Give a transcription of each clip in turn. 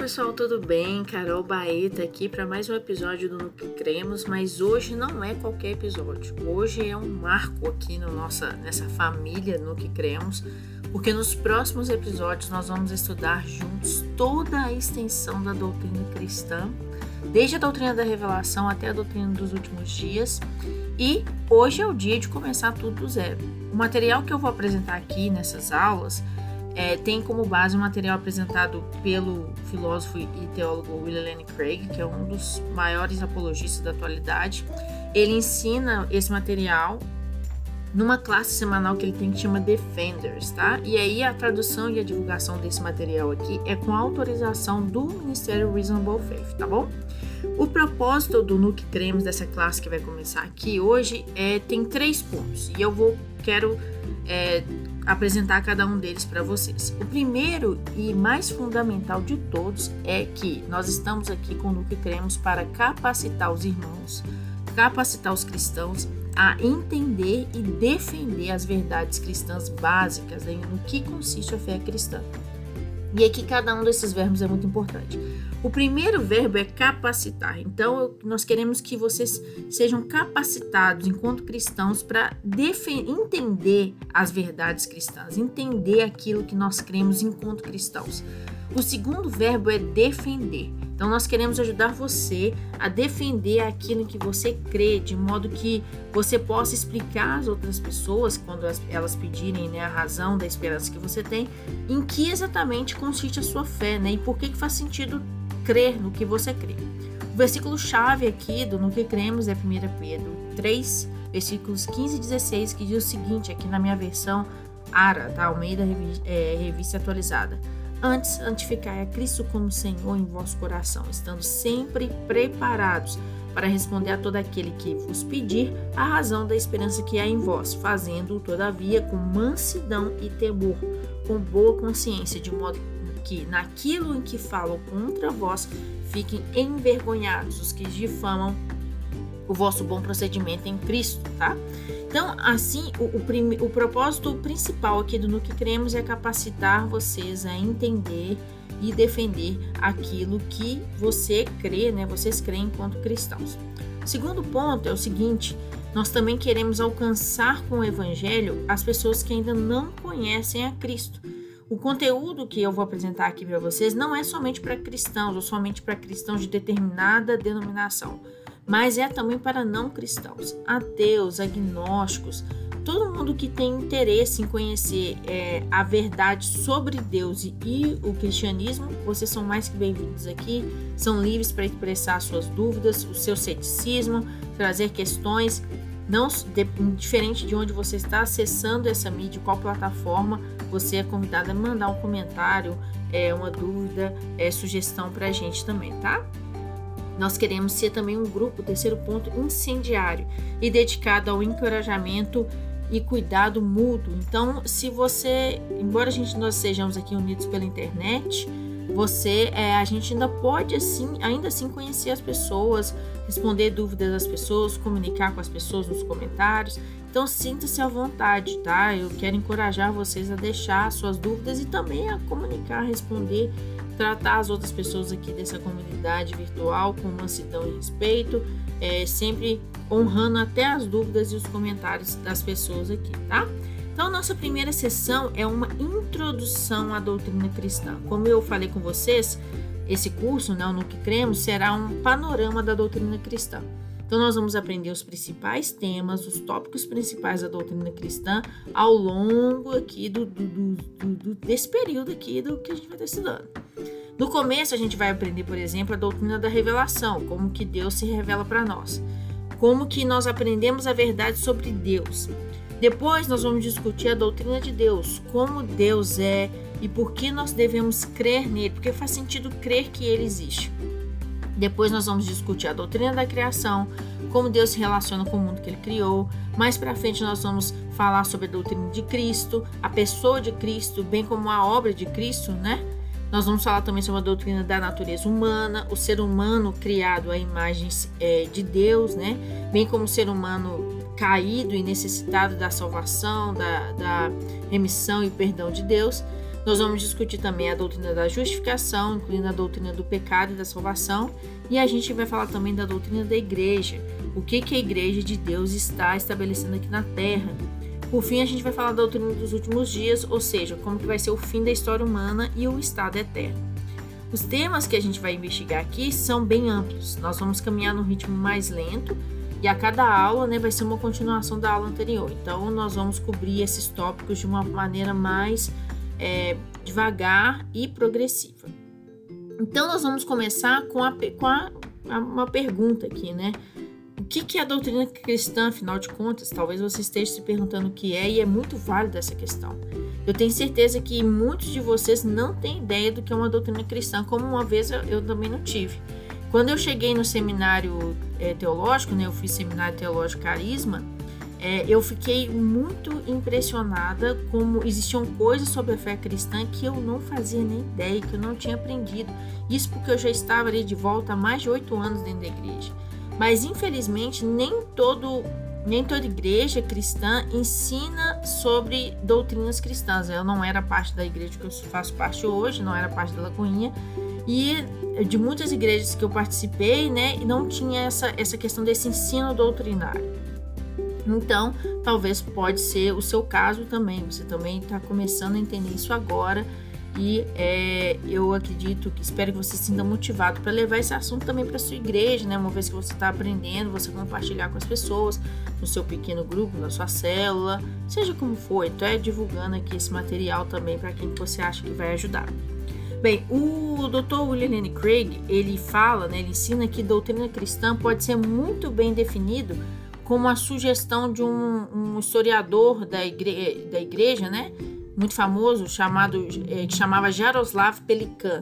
pessoal, tudo bem? Carol Baeta aqui para mais um episódio do No Que Cremos, mas hoje não é qualquer episódio. Hoje é um marco aqui nessa família No Que Cremos, porque nos próximos episódios nós vamos estudar juntos toda a extensão da doutrina cristã, desde a doutrina da revelação até a doutrina dos últimos dias, e hoje é o dia de começar tudo do zero. O material que eu vou apresentar aqui nessas aulas tem como base um material apresentado pelo filósofo e teólogo William Lane Craig, que é um dos maiores apologistas da atualidade. Ele ensina esse material numa classe semanal que ele tem que chama Defenders, tá? E aí a tradução e a divulgação desse material aqui é com autorização do Ministério Reasonable Faith, tá bom? O propósito do No Que Cremos, dessa classe que vai começar aqui hoje, tem 3 pontos, e eu quero apresentar cada um deles para vocês. O primeiro e mais fundamental de todos é que nós estamos aqui com o No Que Cremos para capacitar os irmãos, capacitar os cristãos a entender e defender as verdades cristãs básicas, no que consiste a fé cristã. E aqui cada um desses verbos é muito importante. O primeiro verbo é capacitar. Então, nós queremos que vocês sejam capacitados enquanto cristãos para entender as verdades cristãs, entender aquilo que nós cremos enquanto cristãos. O segundo verbo é defender. Então, nós queremos ajudar você a defender aquilo em que você crê, de modo que você possa explicar às outras pessoas, quando elas pedirem, a razão da esperança que você tem, em que exatamente consiste a sua fé, e por que faz sentido crer no que você crê. O versículo-chave aqui do No Que Cremos é 1 Pedro 3, versículos 15 e 16, que diz o seguinte, aqui na minha versão ARA, tá? Almeida Revista Atualizada. Antes, santificai a Cristo como Senhor em vosso coração, estando sempre preparados para responder a todo aquele que vos pedir a razão da esperança que há em vós, fazendo-o, todavia, com mansidão e temor, com boa consciência, de modo que, naquilo em que falam contra vós, fiquem envergonhados os que difamam o vosso bom procedimento em Cristo, tá? Então, assim, o propósito principal aqui do No Que Cremos é capacitar vocês a entender e defender aquilo que você crê, vocês creem enquanto cristãos. O segundo ponto é o seguinte: nós também queremos alcançar com o Evangelho as pessoas que ainda não conhecem a Cristo. O conteúdo que eu vou apresentar aqui para vocês não é somente para cristãos ou somente para cristãos de determinada denominação, mas é também para não cristãos, ateus, agnósticos, todo mundo que tem interesse em conhecer a verdade sobre Deus e o cristianismo. Vocês são mais que bem-vindos aqui, são livres para expressar suas dúvidas, o seu ceticismo, trazer questões, não diferente de onde você está acessando essa mídia, qual plataforma, você é convidado a mandar um comentário, uma dúvida, sugestão para a gente também, tá? Nós queremos ser também um grupo, terceiro ponto, incendiário e dedicado ao encorajamento e cuidado mútuo. Então, se você, embora nós sejamos aqui unidos pela internet, a gente ainda pode ainda assim conhecer as pessoas, responder dúvidas das pessoas, comunicar com as pessoas nos comentários. Então, sinta-se à vontade, tá? Eu quero encorajar vocês a deixar suas dúvidas e também a comunicar, responder, tratar as outras pessoas aqui dessa comunidade virtual com mansidão e respeito, sempre honrando até as dúvidas e os comentários das pessoas aqui, tá? Então, nossa primeira sessão é uma introdução à doutrina cristã. Como eu falei com vocês, esse curso, o No Que Cremos, será um panorama da doutrina cristã. Então, nós vamos aprender os principais temas, os tópicos principais da doutrina cristã ao longo aqui desse período aqui do que a gente vai estar estudando. No começo, a gente vai aprender, por exemplo, a doutrina da revelação, como que Deus se revela para nós, como que nós aprendemos a verdade sobre Deus. Depois, nós vamos discutir a doutrina de Deus, como Deus é e por que nós devemos crer nele, porque faz sentido crer que ele existe. Depois nós vamos discutir a doutrina da criação, como Deus se relaciona com o mundo que ele criou. Mais para frente nós vamos falar sobre a doutrina de Cristo, a pessoa de Cristo, bem como a obra de Cristo, Nós vamos falar também sobre a doutrina da natureza humana, o ser humano criado à imagem de Deus, Bem como o ser humano caído e necessitado da salvação, da remissão e perdão de Deus. Nós vamos discutir também a doutrina da justificação, incluindo a doutrina do pecado e da salvação, e a gente vai falar também da doutrina da igreja, o que a igreja de Deus está estabelecendo aqui na Terra. Por fim, a gente vai falar da doutrina dos últimos dias, ou seja, como que vai ser o fim da história humana e o estado eterno. Os temas que a gente vai investigar aqui são bem amplos. Nós vamos caminhar num ritmo mais lento e a cada aula, né, vai ser uma continuação da aula anterior. Então, nós vamos cobrir esses tópicos de uma maneira mais devagar e progressiva. Então, nós vamos começar com uma pergunta aqui, né? O que é a doutrina cristã, afinal de contas? Talvez você esteja se perguntando o que é, e é muito válida essa questão. Eu tenho certeza que muitos de vocês não têm ideia do que é uma doutrina cristã, como uma vez eu também não tive. Quando eu cheguei no seminário teológico, né, eu fiz seminário teológico Carisma, eu fiquei muito impressionada como existiam coisas sobre a fé cristã que eu não fazia nem ideia, que eu não tinha aprendido. Isso porque eu já estava ali de volta há mais de 8 anos dentro da igreja. Mas, infelizmente, nem toda igreja cristã ensina sobre doutrinas cristãs. Eu não era parte da igreja que eu faço parte hoje, não era parte da Lagoinha, e de muitas igrejas que eu participei, né, não tinha essa questão desse ensino doutrinário. Então, talvez pode ser o seu caso também. Você também está começando a entender isso agora. E eu acredito, espero que você se sinta motivado para levar esse assunto também para sua igreja, né? Uma vez que você está aprendendo, você compartilhar com as pessoas, no seu pequeno grupo, na sua célula, seja como for. Então, divulgando aqui esse material também para quem você acha que vai ajudar. Bem, o Dr. William Lane Craig, ele fala, né, ele ensina que doutrina cristã pode ser muito bem definido como a sugestão de um historiador da igreja, né? Muito famoso, que chamava Jaroslav Pelikan,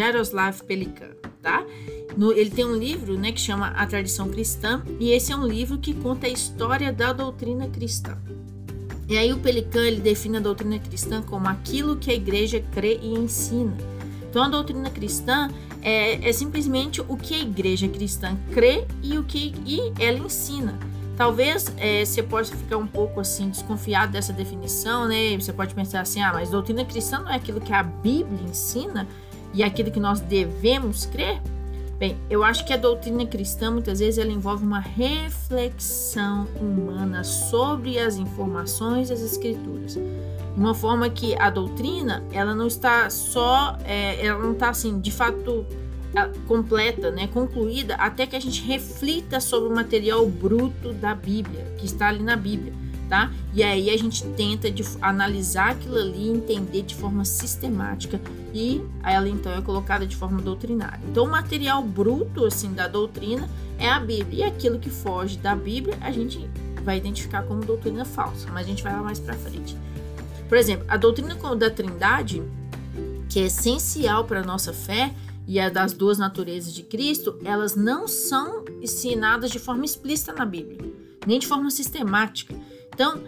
tá? Ele tem um livro, né, que chama A Tradição Cristã, e esse é um livro que conta a história da doutrina cristã. E aí o Pelikan, ele define a doutrina cristã como aquilo que a igreja crê e ensina. Então a doutrina cristã é simplesmente o que a igreja cristã crê e ela ensina. Talvez você possa ficar um pouco assim desconfiado dessa definição, né? Você pode pensar assim, mas doutrina cristã não é aquilo que a Bíblia ensina e aquilo que nós devemos crer? Bem, eu acho que a doutrina cristã muitas vezes ela envolve uma reflexão humana sobre as informações das Escrituras. De uma forma que a doutrina ela não está ela não está assim de fato completa, né, concluída, até que a gente reflita sobre o material bruto da Bíblia, que está ali na Bíblia, tá? E aí a gente tenta analisar aquilo ali, entender de forma sistemática, e ela então é colocada de forma doutrinária. Então o material bruto assim da doutrina é a Bíblia, e aquilo que foge da Bíblia a gente vai identificar como doutrina falsa, mas a gente vai lá mais para frente. Por exemplo, a doutrina da Trindade, que é essencial para a nossa fé, e a das duas naturezas de Cristo, elas não são ensinadas de forma explícita na Bíblia, nem de forma sistemática. Então,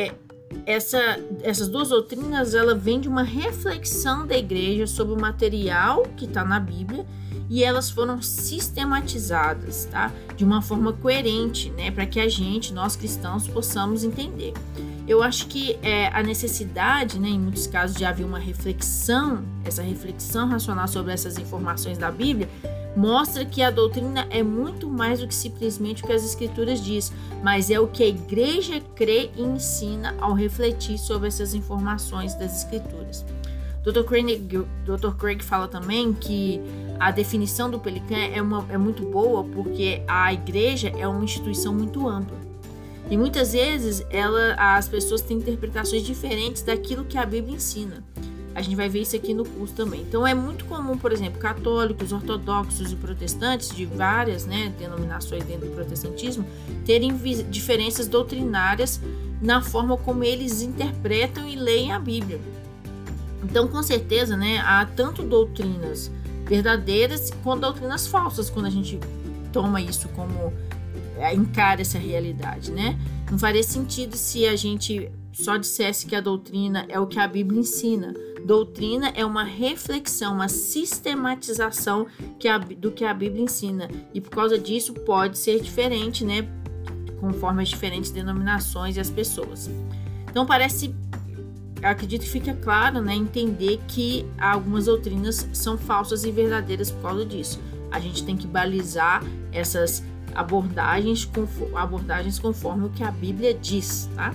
essas duas doutrinas, ela vem de uma reflexão da igreja sobre o material que está na Bíblia, e elas foram sistematizadas, tá? De uma forma coerente, né? Para que nós cristãos, possamos entender. Eu acho que a necessidade, né, em muitos casos, de haver uma reflexão, essa reflexão racional sobre essas informações da Bíblia, mostra que a doutrina é muito mais do que simplesmente o que as Escrituras diz, mas é o que a igreja crê e ensina ao refletir sobre essas informações das Escrituras. Dr. Craig fala também que a definição do Pelikan é muito boa porque a igreja é uma instituição muito ampla. E muitas vezes as pessoas têm interpretações diferentes daquilo que a Bíblia ensina. A gente vai ver isso aqui no curso também. Então é muito comum, por exemplo, católicos, ortodoxos e protestantes de várias, né, denominações dentro do protestantismo terem diferenças doutrinárias na forma como eles interpretam e leem a Bíblia. Então, com certeza, né, há tanto doutrinas verdadeiras quanto doutrinas falsas quando a gente toma isso como encara essa realidade, né? Não faria sentido se a gente só dissesse que a doutrina é o que a Bíblia ensina. Doutrina é uma reflexão, uma sistematização do que a Bíblia ensina. E por causa disso pode ser diferente, né? Conforme as diferentes denominações e as pessoas. Então parece acredito que fica claro, né, entender que algumas doutrinas são falsas e verdadeiras por causa disso. A gente tem que balizar essas abordagens conforme o que a Bíblia diz, tá?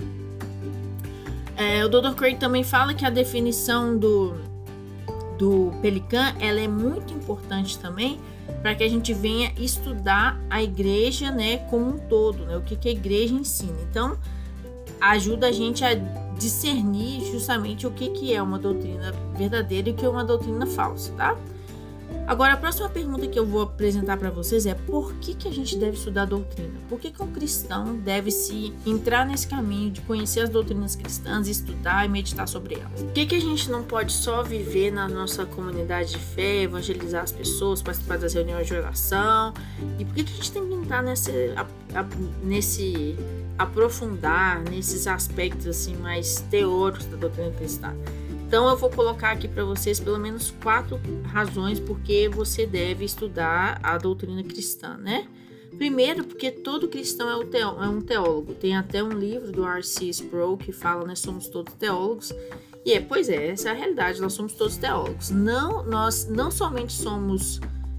O Dr. Craig também fala que a definição do Pelican, ela é muito importante também para que a gente venha estudar a igreja, né, como um todo, né, o que a igreja ensina. Então, ajuda a gente a discernir justamente o que é uma doutrina verdadeira e o que é uma doutrina falsa, tá? Agora, a próxima pergunta que eu vou apresentar para vocês é: por que a gente deve estudar a doutrina? Por que um cristão deve se entrar nesse caminho de conhecer as doutrinas cristãs, estudar e meditar sobre elas? Por que a gente não pode só viver na nossa comunidade de fé, evangelizar as pessoas, participar das reuniões de oração? E por que a gente tem que entrar nesse aprofundar nesses aspectos assim mais teóricos da doutrina cristã? Então eu vou colocar aqui para vocês pelo menos 4 razões porque você deve estudar a doutrina cristã, né? Primeiro, porque todo cristão é um teólogo. Tem até um livro do R.C. Sproul que fala, né, somos todos teólogos. E essa é a realidade, nós somos todos teólogos. Nós não somente somos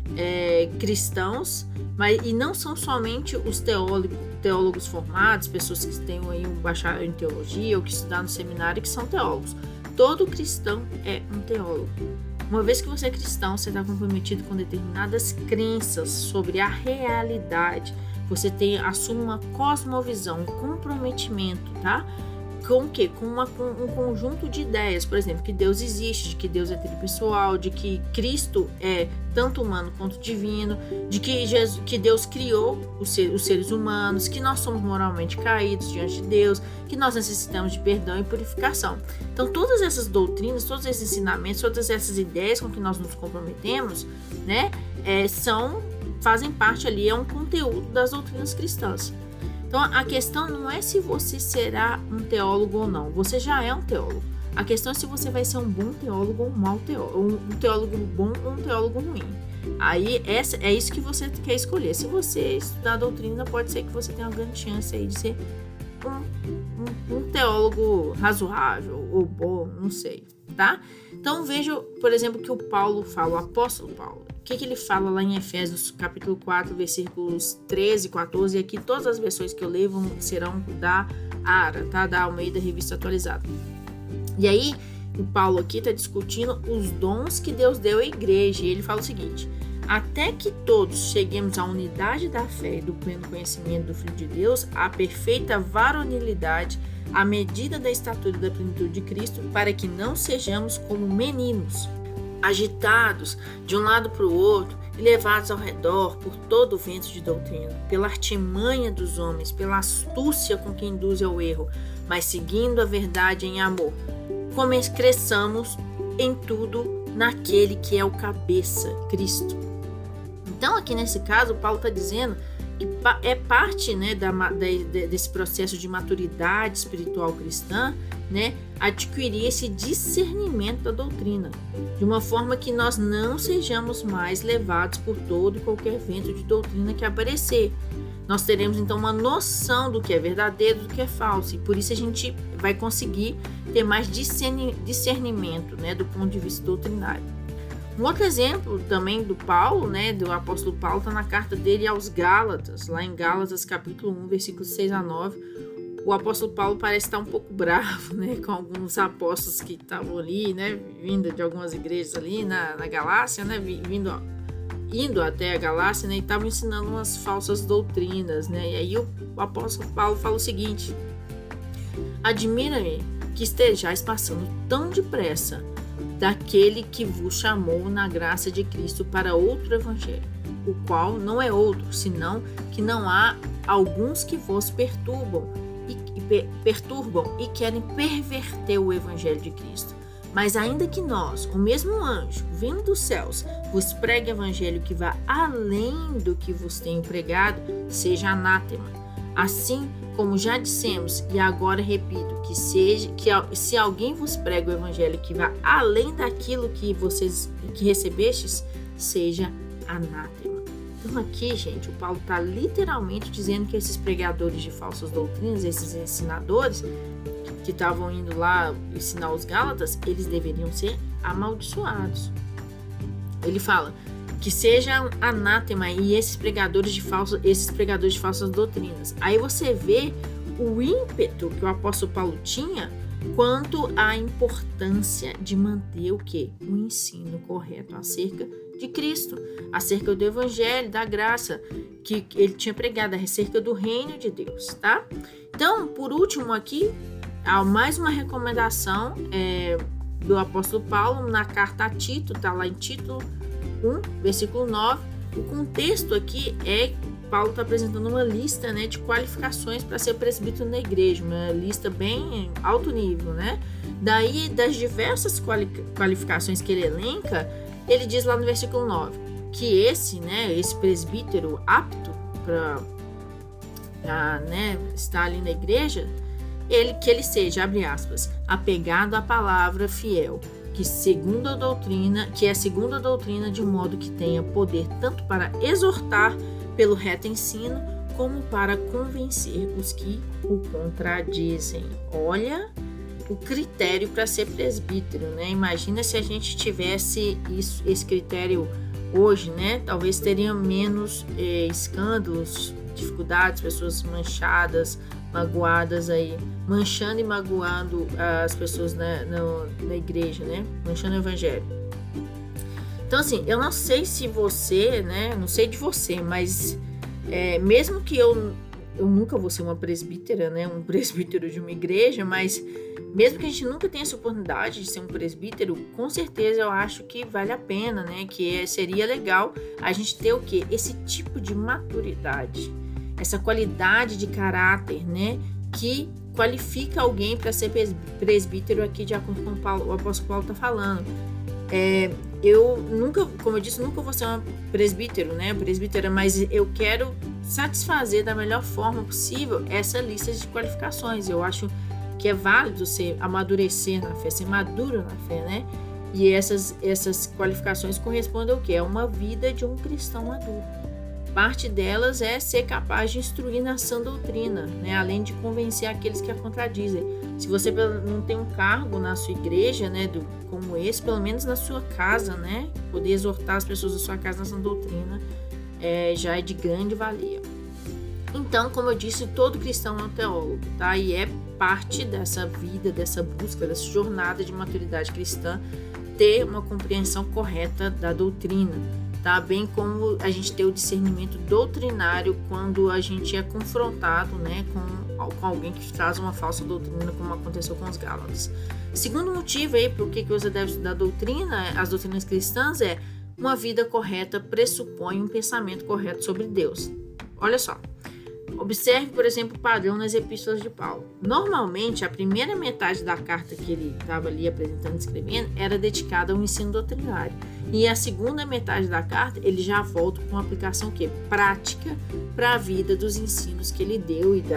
cristãos, e não são somente os teólogos formados, pessoas que têm aí um bacharel em teologia ou que estudaram no seminário que são teólogos. Todo cristão é um teólogo. Uma vez que você é cristão, você está comprometido com determinadas crenças sobre a realidade. Você assume uma cosmovisão, um comprometimento, tá? Com o quê? Com um conjunto de ideias, por exemplo, que Deus existe, de que Deus é tripessoal, de que Cristo é tanto humano quanto divino, de que Deus criou os seres humanos, que nós somos moralmente caídos diante de Deus, que nós necessitamos de perdão e purificação. Então, todas essas doutrinas, todos esses ensinamentos, todas essas ideias com que nós nos comprometemos, né, fazem parte ali, é um conteúdo das doutrinas cristãs. Então, a questão não é se você será um teólogo ou não. Você já é um teólogo. A questão é se você vai ser um bom teólogo ou um mau teólogo. Um teólogo bom ou um teólogo ruim. Aí, é isso que você quer escolher. Se você estudar a doutrina, pode ser que você tenha uma grande chance aí de ser um teólogo razoável ou bom, não sei, tá? Então, veja, por exemplo, que o apóstolo Paulo. O que ele fala lá em Efésios capítulo 4, versículos 13 e 14, e aqui todas as versões que eu leio serão da ARA, tá? Da Almeida Revista Atualizada. E aí, o Paulo aqui está discutindo os dons que Deus deu à igreja, e ele fala o seguinte: até que todos cheguemos à unidade da fé e do pleno conhecimento do Filho de Deus, à perfeita varonilidade, à medida da estatura e da plenitude de Cristo, para que não sejamos como meninos, agitados de um lado para o outro e levados ao redor por todo o vento de doutrina, pela artimanha dos homens, pela astúcia com que induz ao erro, mas seguindo a verdade em amor, como cresçamos em tudo naquele que é o cabeça, Cristo. Então, aqui nesse caso, Paulo está dizendo que é parte, né, desse processo de maturidade espiritual cristã, né, adquirir esse discernimento da doutrina, de uma forma que nós não sejamos mais levados por todo e qualquer vento de doutrina que aparecer. Nós teremos então uma noção do que é verdadeiro, do que é falso, e por isso a gente vai conseguir ter mais discernimento, né, do ponto de vista doutrinário. Um outro exemplo também do Paulo, né, do apóstolo Paulo, está na carta dele aos Gálatas, lá em Gálatas capítulo 1, versículos 6 a 9. O apóstolo Paulo parece estar um pouco bravo, né, com alguns apóstolos que estavam ali, né, vindo de algumas igrejas ali na Galácia, né, indo até a Galácia, né, e estavam ensinando umas falsas doutrinas, né. E aí o apóstolo Paulo fala o seguinte: admira-me que estejais passando tão depressa daquele que vos chamou na graça de Cristo para outro evangelho, o qual não é outro, senão que não há alguns que vos perturbam e querem perverter o evangelho de Cristo. Mas ainda que nós, o mesmo anjo, vindo dos céus, vos pregue evangelho que vá além do que vos tenho pregado, seja anátema. Assim como já dissemos, e agora repito, que se alguém vos prega o evangelho que vá além daquilo que recebestes, seja anátema. Então aqui, gente, o Paulo está literalmente dizendo que esses pregadores de falsas doutrinas, esses ensinadores, que estavam indo lá ensinar os Gálatas, eles deveriam ser amaldiçoados. Ele fala que seja anátema e esses pregadores de falsas doutrinas. Aí você vê o ímpeto que o apóstolo Paulo tinha quanto à importância de manter o quê? O ensino correto acerca de Cristo, acerca do evangelho, da graça que ele tinha pregado, acerca do reino de Deus, tá? Então, por último aqui, há mais uma recomendação do apóstolo Paulo na carta a Tito, tá lá em Tito 1, versículo 9. O contexto aqui é Paulo está apresentando uma lista, né, de qualificações para ser presbítero na igreja, uma lista bem alto nível, né? Daí, das diversas qualificações que ele elenca, ele diz lá no versículo 9 que esse presbítero apto para estar ali na igreja, que ele seja, abre aspas, apegado à palavra fiel, que é segundo a doutrina, de modo que tenha poder tanto para exortar pelo reto ensino, como para convencer os que o contradizem. Olha o critério para ser presbítero, né? Imagina se a gente tivesse esse critério hoje, né? Talvez teria menos escândalos, dificuldades, pessoas manchadas, magoadas aí, manchando e magoando as pessoas na igreja, né? Manchando o evangelho. Então, assim, eu não sei se você, né? Não sei de você, mas mesmo que eu nunca vou ser uma presbítera, né? Um presbítero de uma igreja, mas mesmo que a gente nunca tenha essa oportunidade de ser um presbítero, com certeza eu acho que vale a pena, né? Que seria legal a gente ter o quê? Esse tipo de maturidade, essa qualidade de caráter, né? Que qualifica alguém para ser presbítero aqui, de acordo com o apóstolo Paulo está falando. Eu nunca, como eu disse, nunca vou ser uma presbítera, mas eu quero satisfazer da melhor forma possível essa lista de qualificações. Eu acho que é válido você amadurecer na fé, ser maduro na fé, né? E essas qualificações correspondem ao quê? É uma vida de um cristão maduro. Parte delas é ser capaz de instruir na sã doutrina, né? Além de convencer aqueles que a contradizem. Se você não tem um cargo na sua igreja, né, como esse, pelo menos na sua casa, né, poder exortar as pessoas da sua casa na sã doutrina já é de grande valia. Então, como eu disse, todo cristão é um teólogo, tá? E é parte dessa vida, dessa busca, dessa jornada de maturidade cristã, ter uma compreensão correta da doutrina, tá? Bem como a gente ter o discernimento doutrinário quando a gente é confrontado, né, com alguém que traz uma falsa doutrina, como aconteceu com os Gálatas. Segundo motivo aí por que você deve estudar doutrina, as doutrinas cristãs, é uma vida correta pressupõe um pensamento correto sobre Deus. Olha só, observe, por exemplo, o padrão nas epístolas de Paulo. Normalmente, a primeira metade da carta que ele estava ali apresentando e escrevendo era dedicada ao ensino doutrinário. E a segunda metade da carta, ele já volta com uma aplicação prática para a vida dos ensinos que ele deu e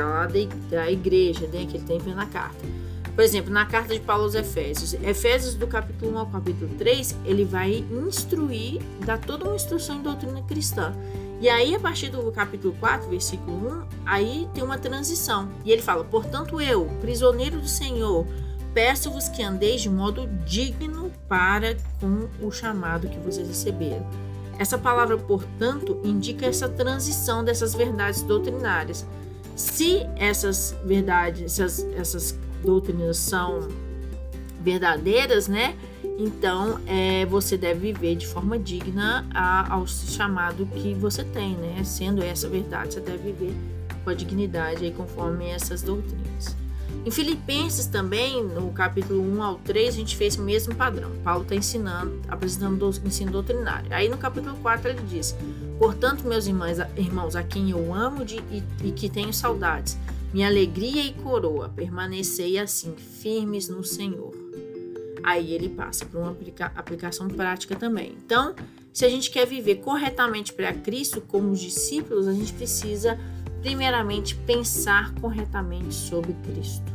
da igreja, né, que ele tem na carta. Por exemplo, na carta de Paulo aos Efésios do capítulo 1 ao capítulo 3, ele vai instruir, dar toda uma instrução em doutrina cristã. E aí, a partir do capítulo 4, versículo 1, aí tem uma transição. E ele fala, portanto eu, prisioneiro do Senhor, peço-vos que andeis de modo digno para com o chamado que vocês receberam. Essa palavra, portanto, indica essa transição dessas verdades doutrinárias. Se essas verdades, essas doutrinas são verdadeiras, né? Então, você deve viver de forma digna ao chamado que você tem, né? Sendo essa verdade, você deve viver com a dignidade aí, conforme essas doutrinas. Em Filipenses também, no capítulo 1 ao 3, a gente fez o mesmo padrão. Paulo está apresentando o ensino doutrinário. Aí no capítulo 4 ele diz, portanto, meus irmãos, a quem eu amo e que tenho saudades, minha alegria e coroa, permanecei assim, firmes no Senhor. Aí ele passa por uma aplicação prática também. Então, se a gente quer viver corretamente para Cristo, como os discípulos, a gente precisa, primeiramente, pensar corretamente sobre Cristo.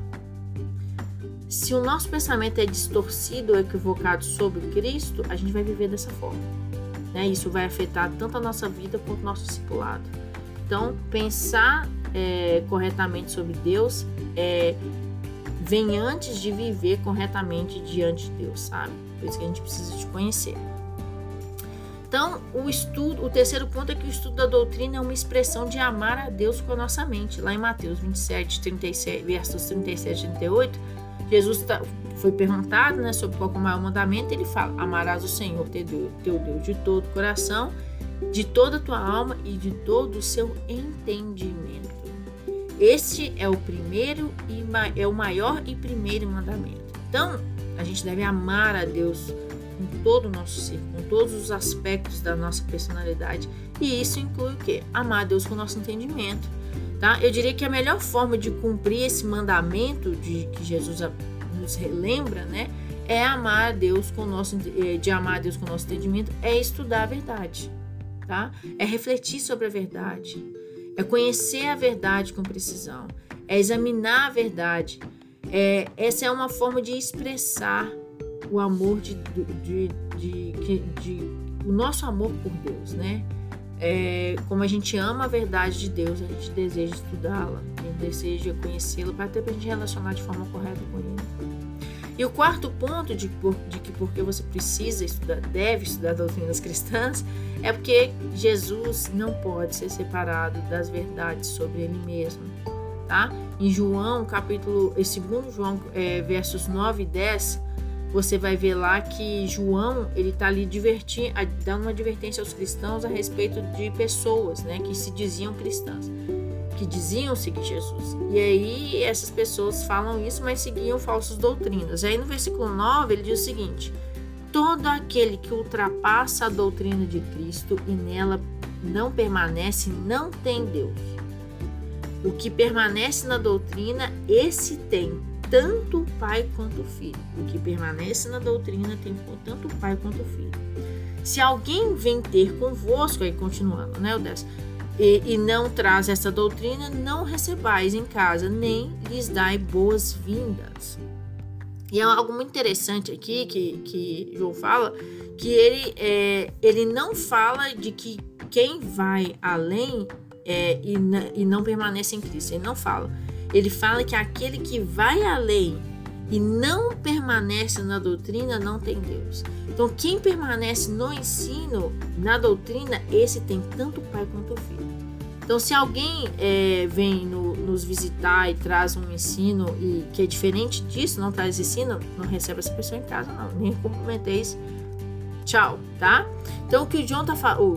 Se o nosso pensamento é distorcido ou equivocado sobre Cristo, a gente vai viver dessa forma, né? Isso vai afetar tanto a nossa vida quanto o nosso discipulado. Então, pensar corretamente sobre Deus vem antes de viver corretamente diante de Deus, sabe? Por isso que a gente precisa te conhecer. Então, o terceiro ponto é que o estudo da doutrina é uma expressão de amar a Deus com a nossa mente. Lá em Mateus 27, 37, versos 37 e 38, Jesus foi perguntado, né, sobre qual é o maior mandamento. Ele fala: amarás o Senhor teu Deus de todo o coração, de toda a tua alma e de todo o seu entendimento. Este é o primeiro e é o maior e primeiro mandamento. Então, a gente deve amar a Deus com todo o nosso ser, com todos os aspectos da nossa personalidade. E isso inclui o quê? Amar a Deus com o nosso entendimento, tá? Eu diria que a melhor forma de cumprir esse mandamento que Jesus nos relembra, né, é amar a Deus com o nosso entendimento, é estudar a verdade, tá? É refletir sobre a verdade, é conhecer a verdade com precisão, é examinar a verdade. Essa é uma forma de expressar o amor o nosso amor por Deus, né? Como a gente ama a verdade de Deus, a gente deseja estudá-la, a gente deseja conhecê-la para até a gente relacionar de forma correta com Ele. E o quarto ponto de que porque você deve estudar doutrinas cristãs, é porque Jesus não pode ser separado das verdades sobre Ele mesmo, tá? Em João, segundo João, versos 9 e 10, você vai ver lá que João, ele está ali dando uma advertência aos cristãos a respeito de pessoas, né, que se diziam cristãs, que diziam seguir Jesus. E aí essas pessoas falam isso, mas seguiam falsas doutrinas. Aí no versículo 9 ele diz o seguinte: todo aquele que ultrapassa a doutrina de Cristo e nela não permanece, não tem Deus. O que permanece na doutrina, esse tem tanto o Pai quanto o Filho. O que permanece na doutrina tem tanto o Pai quanto o Filho. Se alguém vem ter convosco, aí continuando, né, o 10, e não traz essa doutrina, não recebais em casa, nem lhes dai boas-vindas. E é algo muito interessante aqui que João fala, que ele não fala de que quem vai além e não permanece em Cristo. Ele não fala. Ele fala que aquele que vai além e não permanece na doutrina não tem Deus. Então, quem permanece no ensino, na doutrina, esse tem tanto o Pai quanto o Filho. Então, se alguém vem nos visitar e traz um ensino que é diferente disso, não traz ensino, não recebe essa pessoa em casa, não. Nem cumprimenteis. Tchau, tá? Então, o que o João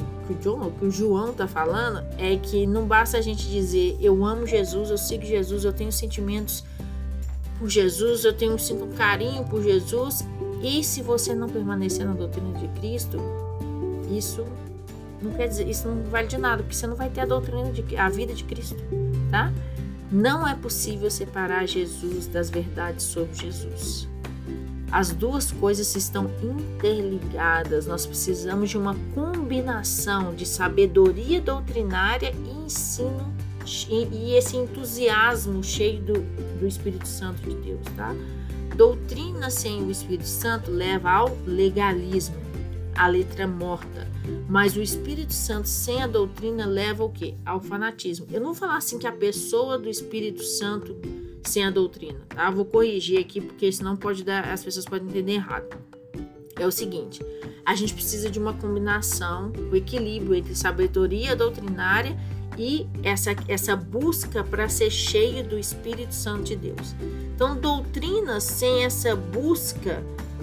tá falando é que não basta a gente dizer: eu amo Jesus, eu sigo Jesus, eu tenho sentimentos por Jesus, eu sinto um carinho por Jesus, e se você não permanecer na doutrina de Cristo, isso não quer dizer, isso não vale de nada, porque você não vai ter a vida de Cristo, tá? Não é possível separar Jesus das verdades sobre Jesus. As duas coisas estão interligadas. Nós precisamos de uma combinação de sabedoria doutrinária e ensino e esse entusiasmo cheio do Espírito Santo de Deus, tá? Doutrina sem o Espírito Santo leva ao legalismo, à letra morta. Mas o Espírito Santo sem a doutrina leva ao quê? Ao fanatismo. Eu não vou falar assim que a pessoa do Espírito Santo sem a doutrina, tá? Vou corrigir aqui, porque senão as pessoas podem entender errado. É o seguinte: a gente precisa de uma combinação, o equilíbrio entre sabedoria doutrinária e essa busca para ser cheio do Espírito Santo de Deus. Então, doutrina sem essa busca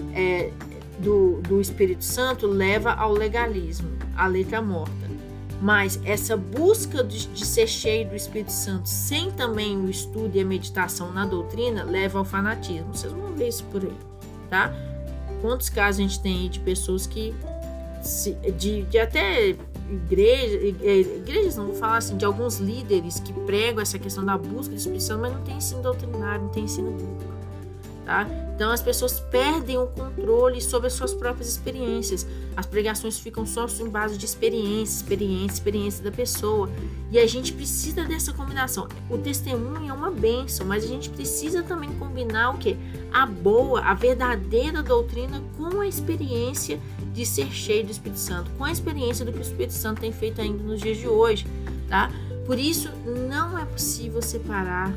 do Espírito Santo leva ao legalismo, à letra morta. Mas essa busca de ser cheio do Espírito Santo sem também o estudo e a meditação na doutrina leva ao fanatismo. Vocês vão ver isso por aí, tá? Quantos casos a gente tem aí de pessoas que de até igrejas, não vou falar assim, de alguns líderes que pregam essa questão da busca do Espírito Santo, mas não tem ensino doutrinário, não tem ensino bíblico, tá? Então as pessoas perdem o controle sobre as suas próprias experiências. As pregações ficam só em base de experiência da pessoa. E a gente precisa dessa combinação. O testemunho é uma bênção, mas a gente precisa também combinar o quê? A verdadeira doutrina com a experiência de ser cheio do Espírito Santo, com a experiência do que o Espírito Santo tem feito ainda nos dias de hoje, tá? Por isso, não é possível separar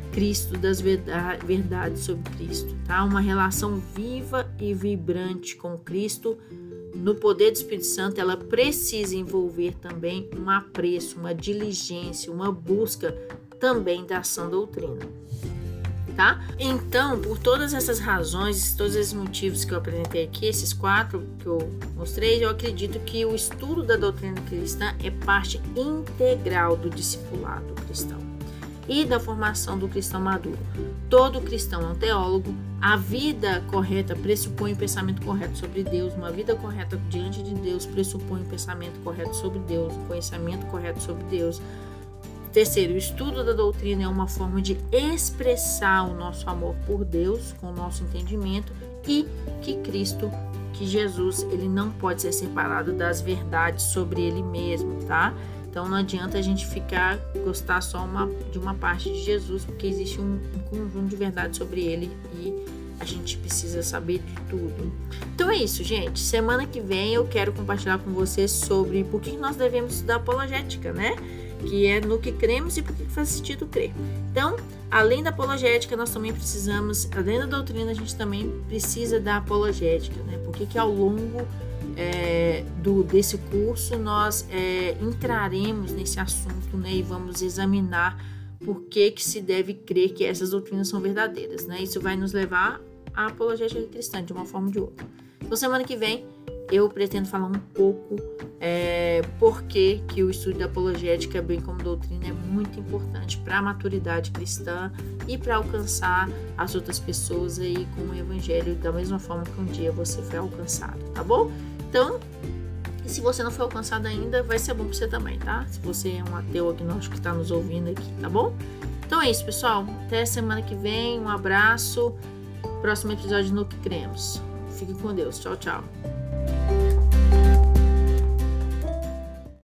Cristo, das verdades sobre Cristo, tá? Uma relação viva e vibrante com Cristo, no poder do Espírito Santo, ela precisa envolver também um apreço, uma diligência, uma busca também da sã doutrina, tá? Então, por todas essas razões, todos esses motivos que eu apresentei aqui, esses 4 que eu mostrei, eu acredito que o estudo da doutrina cristã é parte integral do discipulado cristão e da formação do cristão maduro. Todo cristão é um teólogo. A vida correta pressupõe um pensamento correto sobre Deus. Uma vida correta diante de Deus pressupõe um pensamento correto sobre Deus, um conhecimento correto sobre Deus. Terceiro, o estudo da doutrina é uma forma de expressar o nosso amor por Deus com o nosso entendimento e que Cristo, que Jesus, ele não pode ser separado das verdades sobre ele mesmo, tá? Então não adianta a gente gostar só de uma parte de Jesus, porque existe um conjunto de verdades sobre ele e a gente precisa saber de tudo. Então é isso, gente. Semana que vem eu quero compartilhar com vocês sobre por que nós devemos estudar apologética, né? Que é no que cremos e por que faz sentido crer. Então, além da apologética, nós também precisamos, além da doutrina, a gente também precisa da apologética, né? Por que ao longo desse curso nós entraremos nesse assunto, né? E vamos examinar por que se deve crer que essas doutrinas são verdadeiras, né? Isso vai nos levar à apologética cristã, de uma forma ou de outra. Então, semana que vem, eu pretendo falar um pouco por que o estudo da apologética, bem como doutrina, é muito importante para a maturidade cristã e para alcançar as outras pessoas aí com o evangelho da mesma forma que um dia você foi alcançado, tá bom? Então, e se você não foi alcançado ainda, vai ser bom para você também, tá? Se você é um ateu agnóstico que está nos ouvindo aqui, tá bom? Então é isso, pessoal. Até semana que vem. Um abraço. Próximo episódio no que cremos. Fique com Deus. Tchau, tchau.